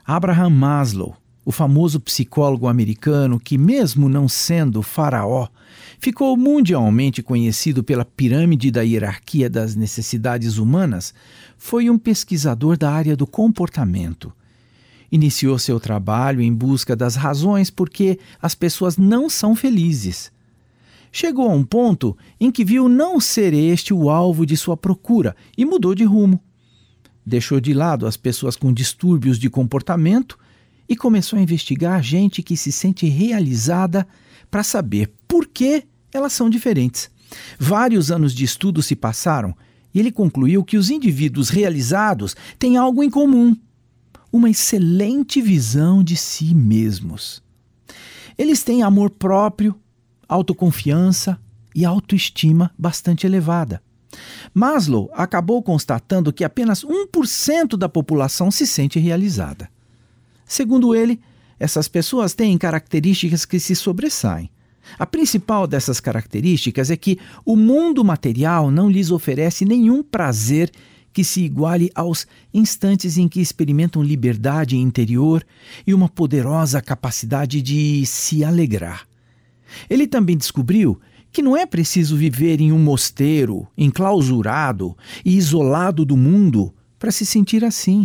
Abraham Maslow, o famoso psicólogo americano que, mesmo não sendo faraó, ficou mundialmente conhecido pela pirâmide da hierarquia das necessidades humanas, foi um pesquisador da área do comportamento. Iniciou seu trabalho em busca das razões por que as pessoas não são felizes. Chegou a um ponto em que viu não ser este o alvo de sua procura e mudou de rumo. Deixou de lado as pessoas com distúrbios de comportamento e começou a investigar gente que se sente realizada para saber por que elas são diferentes. Vários anos de estudo se passaram e ele concluiu que os indivíduos realizados têm algo em comum: uma excelente visão de si mesmos. Eles têm amor próprio, autoconfiança e autoestima bastante elevada. Maslow acabou constatando que apenas 1% da população se sente realizada. Segundo ele, essas pessoas têm características que se sobressaem. A principal dessas características é que o mundo material não lhes oferece nenhum prazer que se iguale aos instantes em que experimentam liberdade interior e uma poderosa capacidade de se alegrar. Ele também descobriu que não é preciso viver em um mosteiro, enclausurado e isolado do mundo para se sentir assim.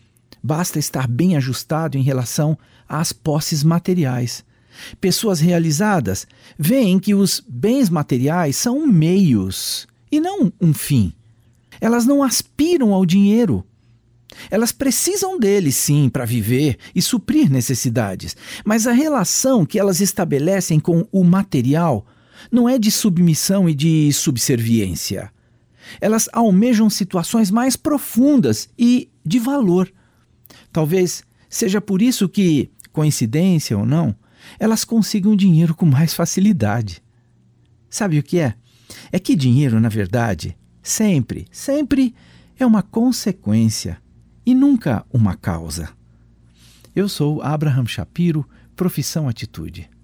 Basta estar bem ajustado em relação às posses materiais. Pessoas realizadas veem que os bens materiais são meios e não um fim. Elas não aspiram ao dinheiro. Elas precisam dele, sim, para viver e suprir necessidades, mas a relação que elas estabelecem com o material não é de submissão e de subserviência. Elas almejam situações mais profundas e de valor. Talvez seja por isso que, coincidência ou não, elas consigam dinheiro com mais facilidade. Sabe o que é? É que dinheiro, na verdade, sempre é uma consequência e nunca uma causa. Eu sou Abraham Shapiro, profissão Atitude.